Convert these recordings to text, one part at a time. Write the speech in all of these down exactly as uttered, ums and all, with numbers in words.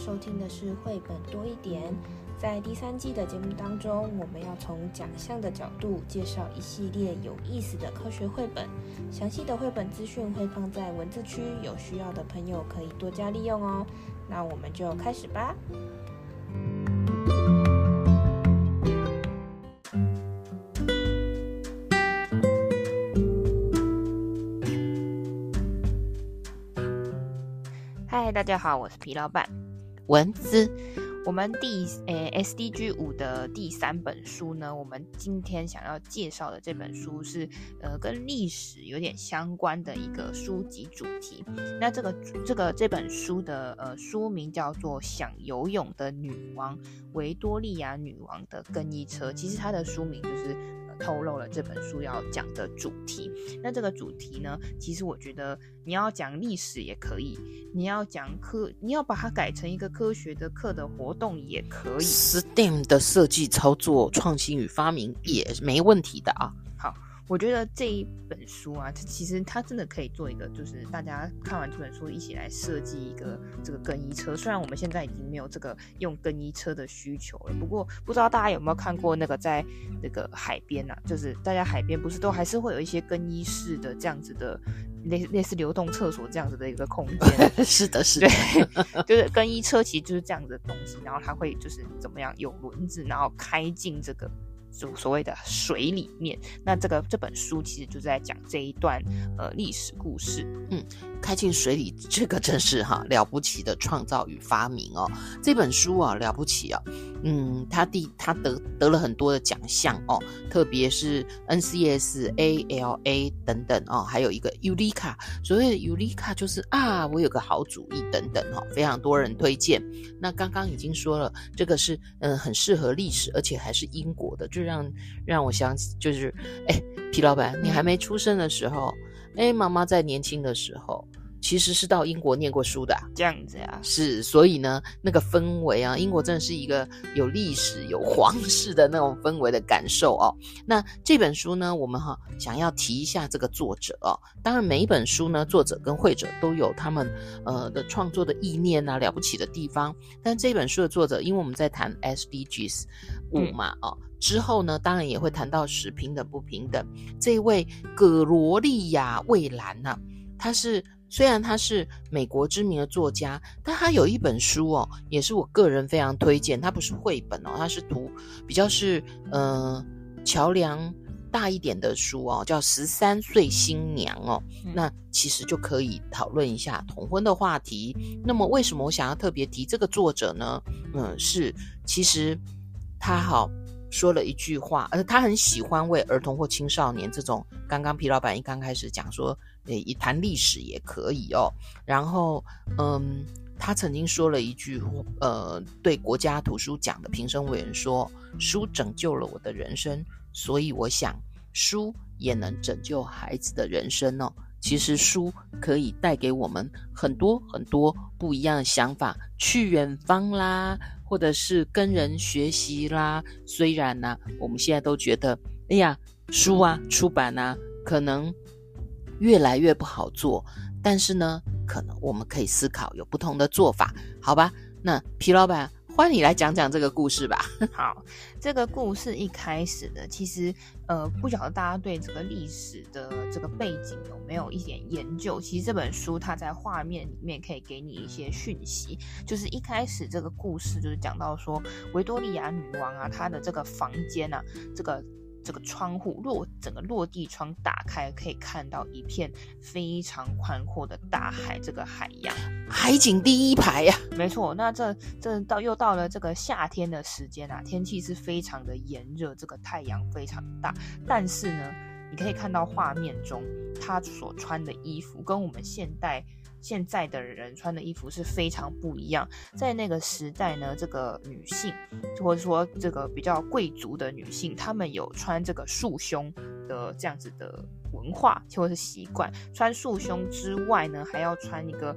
收听的是绘本多一点。在第三季的节目当中，我们要从奖项的角度介绍一系列有意思的科学绘本。详细的绘本资讯会放在文字区，有需要的朋友可以多加利用哦。那我们就开始吧。嗨，大家好，我是皮老板文姿。 我们第诶 S D G 五的第三本书呢，我们今天想要介绍的这本书是呃跟历史有点相关的一个书籍主题。那这个这个这本书的呃书名叫做《想游泳的女王：维多利亚女王的更衣车》。其实它的书名就是透露了这本书要讲的主题。那这个主题呢，其实我觉得你要讲历史也可以，你要讲科，你要把它改成一个科学的课的活动也可以， S T E M 的设计操作创新与发明也没问题的啊。 好，我觉得这一本书啊，其实它真的可以做一个，就是大家看完这本书一起来设计一个这个更衣车。虽然我们现在已经没有这个用更衣车的需求了，不过不知道大家有没有看过那个在那个海边啊，就是大家海边不是都还是会有一些更衣室的这样子的类类似流动厕所这样子的一个空间。 是的，是的， 对，就是更衣车其实就是这样子的东西，然后它会就是怎么样有轮子，然后开进这个就所谓的水里面。那这个这本书其实就在讲这一段呃历史故事。 嗯，开进水里，这个真是哈了不起的创造与发明哦。这本书啊了不起啊，嗯，他第他得得了很多的奖项哦，特别是 N C S、A L A 等等哦，还有一个 Eureka。所谓的 Eureka 就是啊，我有个好主意等等哦，非常多人推荐。那刚刚已经说了，这个是嗯很适合历史，而且还是英国的，就让让我想起就是哎，皮老板，你还没出生的时候。哎，妈妈在年轻的时候其实是到英国念过书的、啊、 这样子啊， 是，所以呢那个氛围啊，英国真的是一个有历史有皇室的那种氛围的感受哦。那这本书呢，我们哈想要提一下这个作者哦。当然每一本书呢，作者跟绘者都有他们呃的创作的意念啊，了不起的地方。但这本书的作者，因为我们在谈 S D Gs 五嘛、嗯、哦。之后呢，当然也会谈到使平等不平等。这位葛罗利亚·蔚兰啊，他是虽然他是美国知名的作家，但他有一本书哦，也是我个人非常推荐。它不是绘本哦，它是图比较是呃桥梁大一点的书哦，叫《十三岁新娘》哦。嗯、那其实就可以讨论一下同婚的话题。那么为什么我想要特别提这个作者呢？嗯，是其实他好。说了一句话，而他很喜欢为儿童或青少年这种，刚刚皮老板一刚开始讲说，诶，谈历史也可以哦。然后，嗯，他曾经说了一句，呃，对国家图书奖的评审委员说，书拯救了我的人生，所以我想，书也能拯救孩子的人生哦。其实书可以带给我们很多很多不一样的想法，去远方啦，或者是跟人学习啦。虽然呢、啊，我们现在都觉得，哎呀，书啊，出版啊，可能越来越不好做，但是呢，可能我们可以思考有不同的做法，好吧？那皮老板，欢迎你来讲讲这个故事吧。 好，这个故事一开始的，其实呃，不晓得大家对这个历史的这个背景有没有一点研究？其实这本书它在画面里面可以给你一些讯息，就是一开始这个故事就是讲到说，维多利亚女王啊，她的这个房间啊，这个。这个窗户落整个落地窗打开，可以看到一片非常宽阔的大海，这个海洋， 海景第一排呀、 啊。没错，那这这到又到了这个夏天的时间啊，天气是非常的炎热，这个太阳非常大，但是呢，你可以看到画面中她所穿的衣服跟我们现代。现在的人穿的衣服是非常不一样，在那个时代呢，这个女性或者说这个比较贵族的女性，她们有穿这个束胸的这样子的文化或者是习惯，穿束胸之外呢，还要穿一个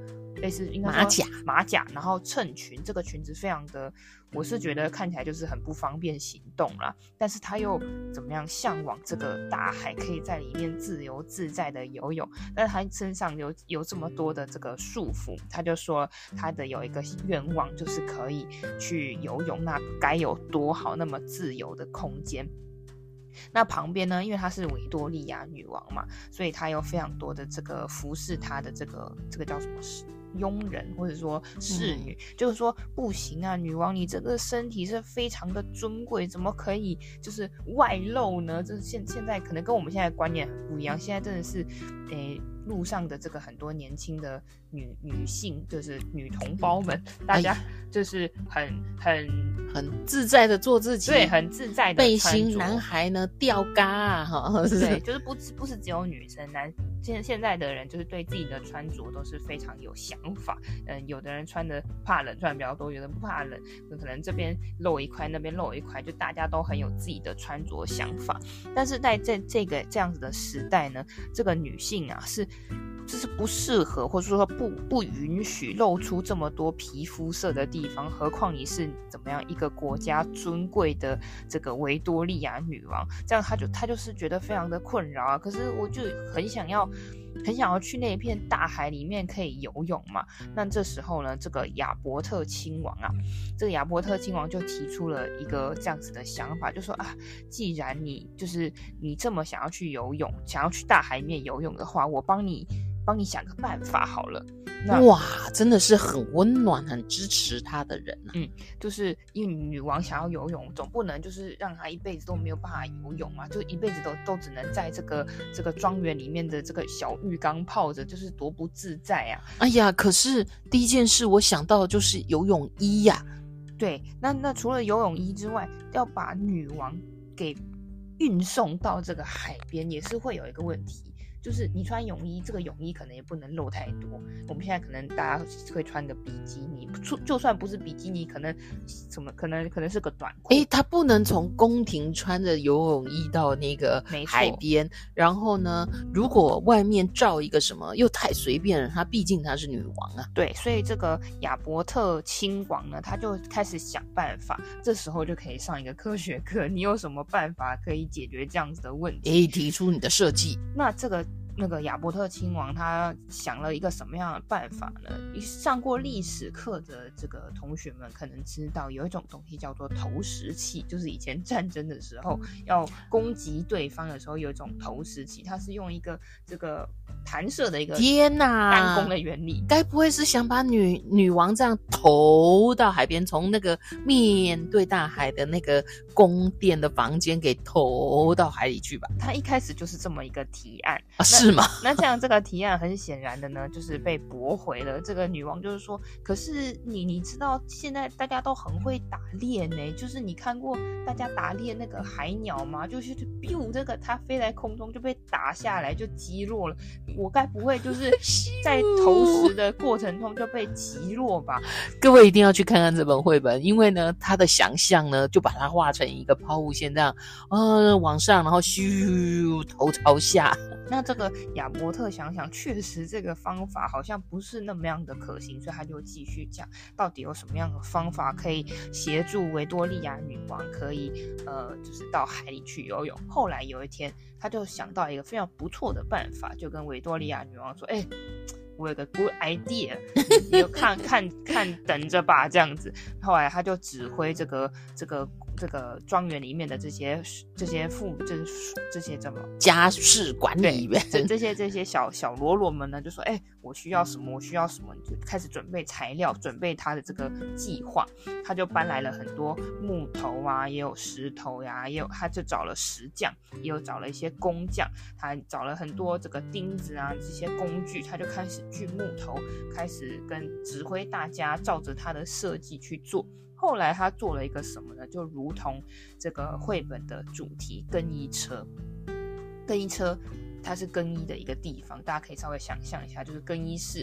类似应该说马甲马甲，然后衬裙，这个裙子非常的，我是觉得看起来就是很不方便行动啦，但是他又怎么样向往这个大海，可以在里面自由自在的游泳，但是他身上有有这么多的这个束缚，他就说他的有一个愿望就是可以去游泳，那该有多好，那么自由的空间。那旁边呢，因为她是维多利亚女王嘛，所以她有非常多的这个服侍她的这个这个叫什么佣人或者说侍女、嗯、就是说不行啊，女王你这个身体是非常的尊贵，怎么可以就是外露呢？就是现现在可能跟我们现在的观念很不一样，现在真的是诶路上的这个很多年轻的女女性，就是女同胞们，大家就是很很很自在的做自己， 对，很自在的背心男孩呢吊嘎啊，哈， 对，就是不不是只有女生，男现现在的人就是对自己的穿着都是非常有想法，嗯，有的人穿的怕冷穿比较多，有的人不怕冷，可能这边露一块，那边露一块，就大家都很有自己的穿着想法。但是在这这个这样子的时代呢，这个女性啊是。就是不适合，或者说不不允许露出这么多皮肤色的地方，何况你是怎么样一个国家尊贵的这个维多利亚女王，这样他就他就是觉得非常的困扰啊。可是我就很想要。很想要去那一片大海里面可以游泳嘛，那这时候呢，这个亚伯特亲王啊，这个亚伯特亲王就提出了一个这样子的想法，就说啊，既然你就是你这么想要去游泳，想要去大海里面游泳的话，我帮你帮你想个办法好了。 哇，真的是很温暖很支持他的人啊。 嗯，就是因为女王想要游泳，总不能就是让她一辈子都没有办法游泳嘛，就一辈子都都只能在这个这个庄园里面的这个小浴缸泡着，就是多不自在啊。 哎呀，可是第一件事我想到的就是游泳衣呀、啊。 对，那那除了游泳衣之外，要把女王给运送到这个海边，也是会有一个问题。就是你穿泳衣，这个泳衣可能也不能露太多。我们现在可能大家会穿个比基尼，就算不是比基尼，可能什么可能可能是个短裤。 诶，他不能从宫廷穿着游泳衣到那个海边，然后呢，如果外面罩一个什么，又太随便了。他毕竟他是女王啊。 对，所以这个亚伯特亲王呢，他就开始想办法。这时候就可以上一个科学课，你有什么办法可以解决这样子的问题？ 诶，提出你的设计。 那这个。那个亚伯特亲王他想了一个什么样的办法呢？上过历史课的这个同学们可能知道，有一种东西叫做投石器，就是以前战争的时候要攻击对方的时候有一种投石器，它是用一个这个弹射的一个天哪弹弓的原理。 该不会是想把女女王这样投到海边，从那个面对大海的那个宫殿的房间给投到海里去吧？ 他一开始就是这么一个提案啊，是吗？ 那这样这个提案很显然的呢，就是被驳回了。这个女王就是说，可是你你知道现在大家都很会打猎呢，就是你看过大家打猎那个海鸟吗？就是 biu 这个它飞在空中就被打下来就击落了，我该不会就是在投食的过程中就被击落吧？ 各位一定要去看看这本绘本，因为呢他的想象呢就把它画成一个抛物线这样呃往上，然后咻头朝下。 那这个亚伯特想想，确实这个方法好像不是那么样的可行，所以他就继续讲，到底有什么样的方法可以协助维多利亚女王可以呃，就是到海里去游泳。后来有一天，他就想到一个非常不错的办法，就跟维多利亚女王说：“哎、欸，我有个 good idea， 你就看看看，等着吧。”这样子，后来他就指挥这个这个。这个庄园里面的这些这些妇这这些怎么家事管理员， 这这些这些小小喽啰们呢，就说：“哎、欸，我需要什么？我需要什么？”就开始准备材料，准备他的这个计划。他就搬来了很多木头啊，也有石头呀、啊，也有他就找了石匠，也有找了一些工匠，他找了很多这个钉子啊这些工具，他就开始锯木头，开始跟指挥大家照着他的设计去做。后来他做了一个什么呢？就如同这个绘本的主题更衣车。更衣车它是更衣的一个地方，大家可以稍微想象一下，就是更衣室嘛。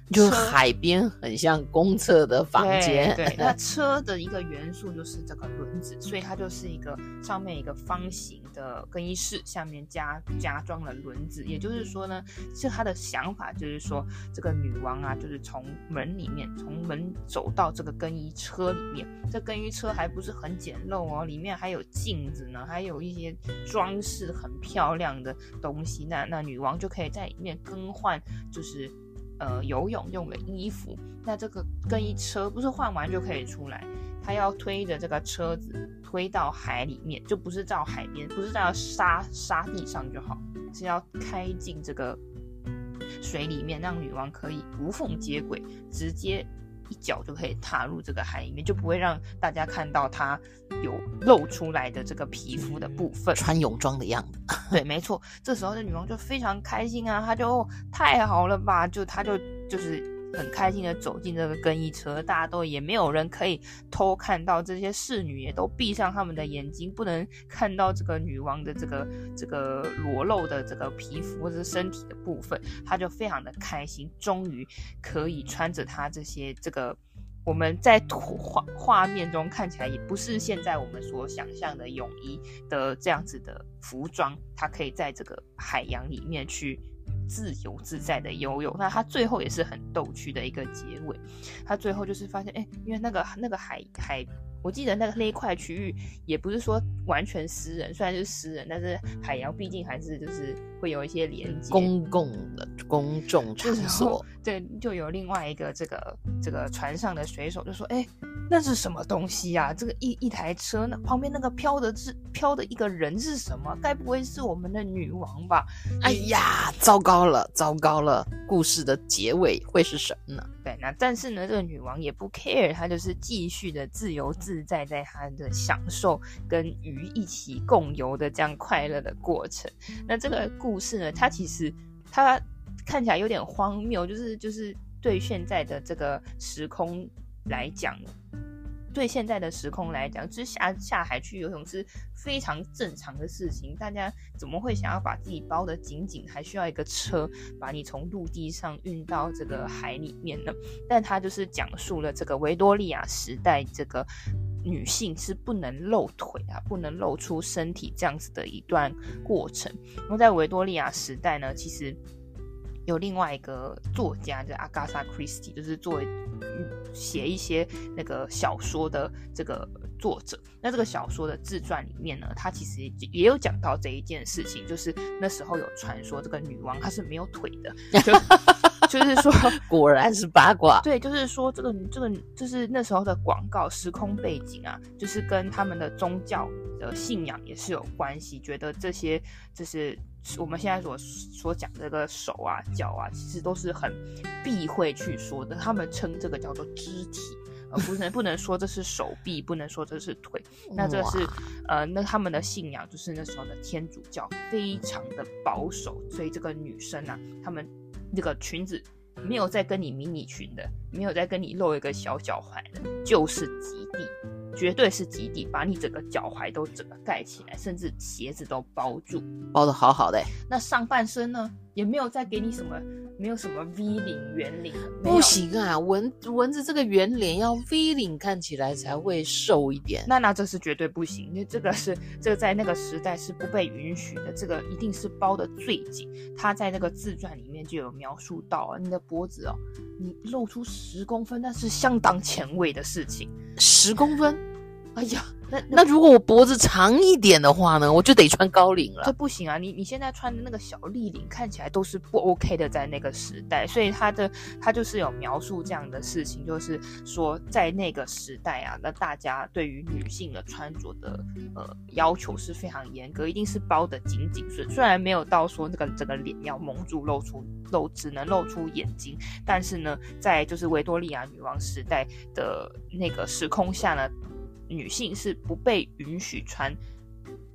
就是海边很像公厕的房间。 对对，那车的一个元素就是这个轮子，所以它就是一个上面一个方形的更衣室，下面加加装了轮子。也就是说呢，是他的想法就是说，这个女王啊，就是从门里面从门走到这个更衣车里面，这更衣车还不是很简陋哦，里面还有镜子呢，还有一些装饰很漂亮的东西。那那女王就可以在里面更换，就是呃游泳用的衣服。那这个更衣车不是换完就可以出来，他要推着这个车子推到海里面，就不是到海边，不是到沙沙地上就好，是要开进这个水里面，让女王可以无缝接轨，直接一脚就可以踏入这个海里面，就不会让大家看到她有露出来的这个皮肤的部分， 穿泳装的样子。 对，没错。这时候这女王就非常开心啊，她就太好了吧，就她就就是很开心的走进这个更衣车，大家都也没有人可以偷看到，这些侍女也都闭上他们的眼睛，不能看到这个女王的这个这个裸露的这个皮肤或者是身体的部分。她就非常的开心，终于可以穿着她这些这个我们在画画面中看起来也不是现在我们所想象的泳衣的这样子的服装，她可以在这个海洋里面去自由自在的游泳。那他最后也是很逗趣的一个结尾，他最后就是发现，哎，因为那个那个海海，我记得那个那一块区域也不是说完全私人，虽然是私人，但是海洋毕竟还是就是会有一些连接， 公共的公众场所。 对，就有另外一个这个这个船上的水手就说，哎，那是什么东西啊？这个一一台车，那旁边那个飘的是飘的一个人是什么？该不会是我们的女王吧？ 哎呀，糟糕了，糟糕了！故事的结尾会是什么呢？ 对，那但是呢，这个女王也不 care， 她就是继续的自由自在，在她的享受跟鱼一起共游的这样快乐的过程。那这个故事呢，它其实它看起来有点荒谬，就是就是对现在的这个时空来讲，对现在的时空来讲，就是下下海去游泳是非常正常的事情。大家怎么会想要把自己包得紧紧，还需要一个车把你从陆地上运到这个海里面呢？但他就是讲述了这个维多利亚时代这个女性是不能露腿啊，不能露出身体这样子的一段过程。然后在维多利亚时代呢，其实有另外一个作家叫阿加莎·克里斯蒂，就是作为写一些那个小说的这个作者。那这个小说的自传里面呢，他其实也有讲到这一件事情，就是那时候有传说这个女王她是没有腿的，就就是说果然是八卦。 对，就是说这个这个就是那时候的广告时空背景啊，就是跟他们的宗教的信仰也是有关系，觉得这些就是我们现在所所讲的这个手啊脚啊，其实都是很避讳去说的，他们称这个叫做肢体，而不能不能说这是手臂，不能说这是腿。那这是呃，那他们的信仰就是那时候的天主教非常的保守，所以这个女生啊，他们这个裙子没有在跟你迷你裙的，没有在跟你露一个小脚踝的，就是及地。绝对是及地，把你整个脚踝都整个盖起来，甚至鞋子都包住， 包得好好的。 那上半身呢，也没有再给你什么，没有什么 V 领、圆领， 不行啊，蚊蚊子这个圆脸要 V 领看起来才会瘦一点。 那那这是绝对不行，因为这个是这个在那个时代是不被允许的，这个一定是包得最紧。他在那个自传里面就有描述到啊，你的脖子哦，你露出十公分，那是相当前卫的事情。 十公分。 哎呀，那那, 那如果我脖子长一点的话呢，我就得穿高领了。 这不行啊，你你现在穿的那个小立领看起来都是不 OK 的，在那个时代，所以他的他就是有描述这样的事情，就是说在那个时代啊，那大家对于女性的穿着的呃要求是非常严格，一定是包得紧紧顺，虽然没有到说那个整个脸要蒙住，露出露只能露出眼睛，但是呢，在就是维多利亚女王时代的那个时空下呢，女性是不被允许穿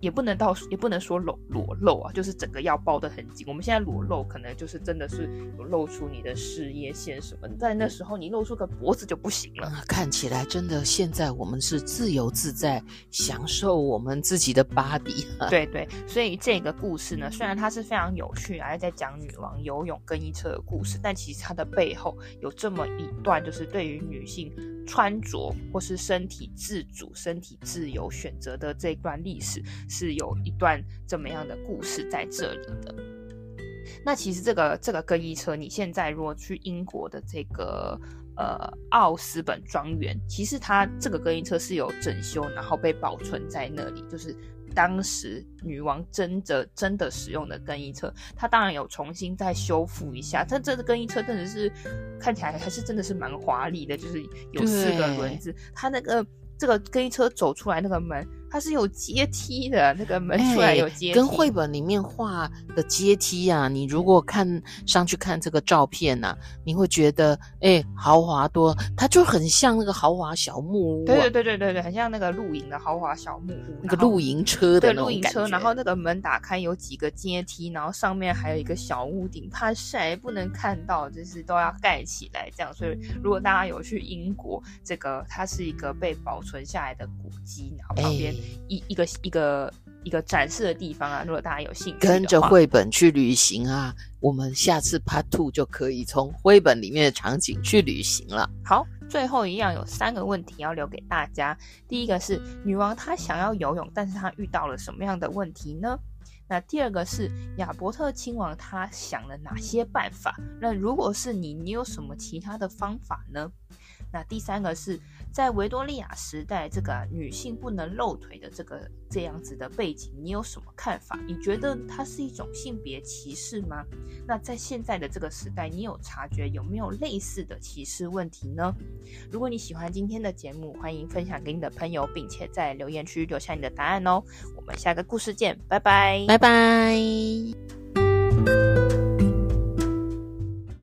也不能到也不能说裸裸露啊，就是整个要包得很紧。我们现在裸露可能就是真的是有露出你的事业线什么的，在那时候你露出个脖子就不行了。 嗯、看起来真的现在我们是自由自在，享受我们自己的 body。 对对，所以这个故事呢，虽然它是非常有趣，还在讲女王游泳更衣车的故事，但其实它的背后有这么一段，就是对于女性穿着或是身体自主、身体自由选择的这段历史，是有一段这么样的故事在这里的。那其实这个这个更衣车，你现在如果去英国的这个呃奥斯本庄园，其实它这个更衣车是有整修，然后被保存在那里，就是当时女王真的真的使用的更衣车，它当然有重新再修复一下。但这个更衣车真的是看起来还是真的是蛮华丽的，就是有四个轮子，它那个这个更衣车走出来那个门，它是有阶梯的，那个门出来有阶梯， 欸、跟绘本里面画的阶梯啊，你如果看上去看这个照片啊，你会觉得哎、欸、豪华多，它就很像那个豪华小木屋、啊， 对对对对对对，很像那个露营的豪华小木屋， 那个露营车的那种感觉。对，露营车， 然后那个门打开有几个阶梯，然后上面还有一个小屋顶，怕晒不能看到，就是都要盖起来这样。所以如果大家有去英国，这个它是一个被保存下来的古迹，然后旁边、欸。一一个一个一个展示的地方啊，如果大家有兴趣的话， 跟着绘本去旅行啊，我们下次 Part 二就可以从绘本里面的场景去旅行了。 好，最后一样有三个问题要留给大家。第一个是女王她想要游泳，但是她遇到了什么样的问题呢？那第二个是亚伯特亲王他想了哪些办法？那如果是你，你有什么其他的方法呢？那第三个是在维多利亚时代，这个女性不能露腿的这个这样子的背景，你有什么看法？你觉得它是一种性别歧视吗？那在现在的这个时代，你有察觉有没有类似的歧视问题呢？如果你喜欢今天的节目，欢迎分享给你的朋友，并且在留言区留下你的答案哦。我们下个故事见，拜拜， 拜拜。